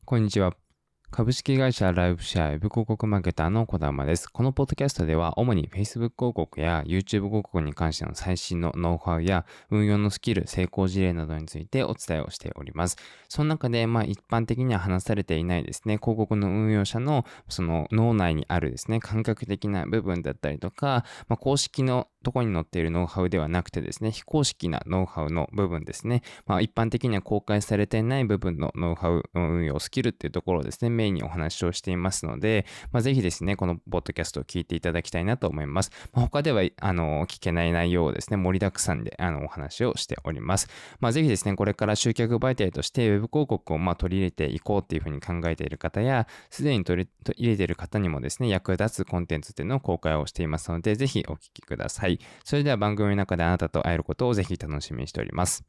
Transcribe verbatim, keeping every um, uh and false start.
こんにちは。株式会社ライフシェアウェブ広告マーケターの小玉です。このポッドキャストでは主に Facebook 広告や YouTube 広告に関しての最新のノウハウや運用のスキル、成功事例などについてお伝えをしております。その中で、まあ一般的には話されていないですね、広告の運用者のその脳内にあるですね、感覚的な部分だったりとか、まあ、公式のところに載っているノウハウではなくてですね、非公式なノウハウの部分ですね、まあ、一般的には公開されていない部分のノウハウ、運用、スキルっていうところをですね、メインにお話をしていますので、まあ、ぜひですね、このポッドキャストを聞いていただきたいなと思います。まあ、他では、あの、聞けない内容をですね、盛りだくさんで、あの、お話をしております。まあ、ぜひですね、これから集客媒体として Web 広告をまあ取り入れていこうっていうふうに考えている方や、すでに取り入れている方にもですね、役立つコンテンツっていうのを公開をしていますので、ぜひお聞きください。それでは番組の中であなたと会えることをぜひ楽しみにしております。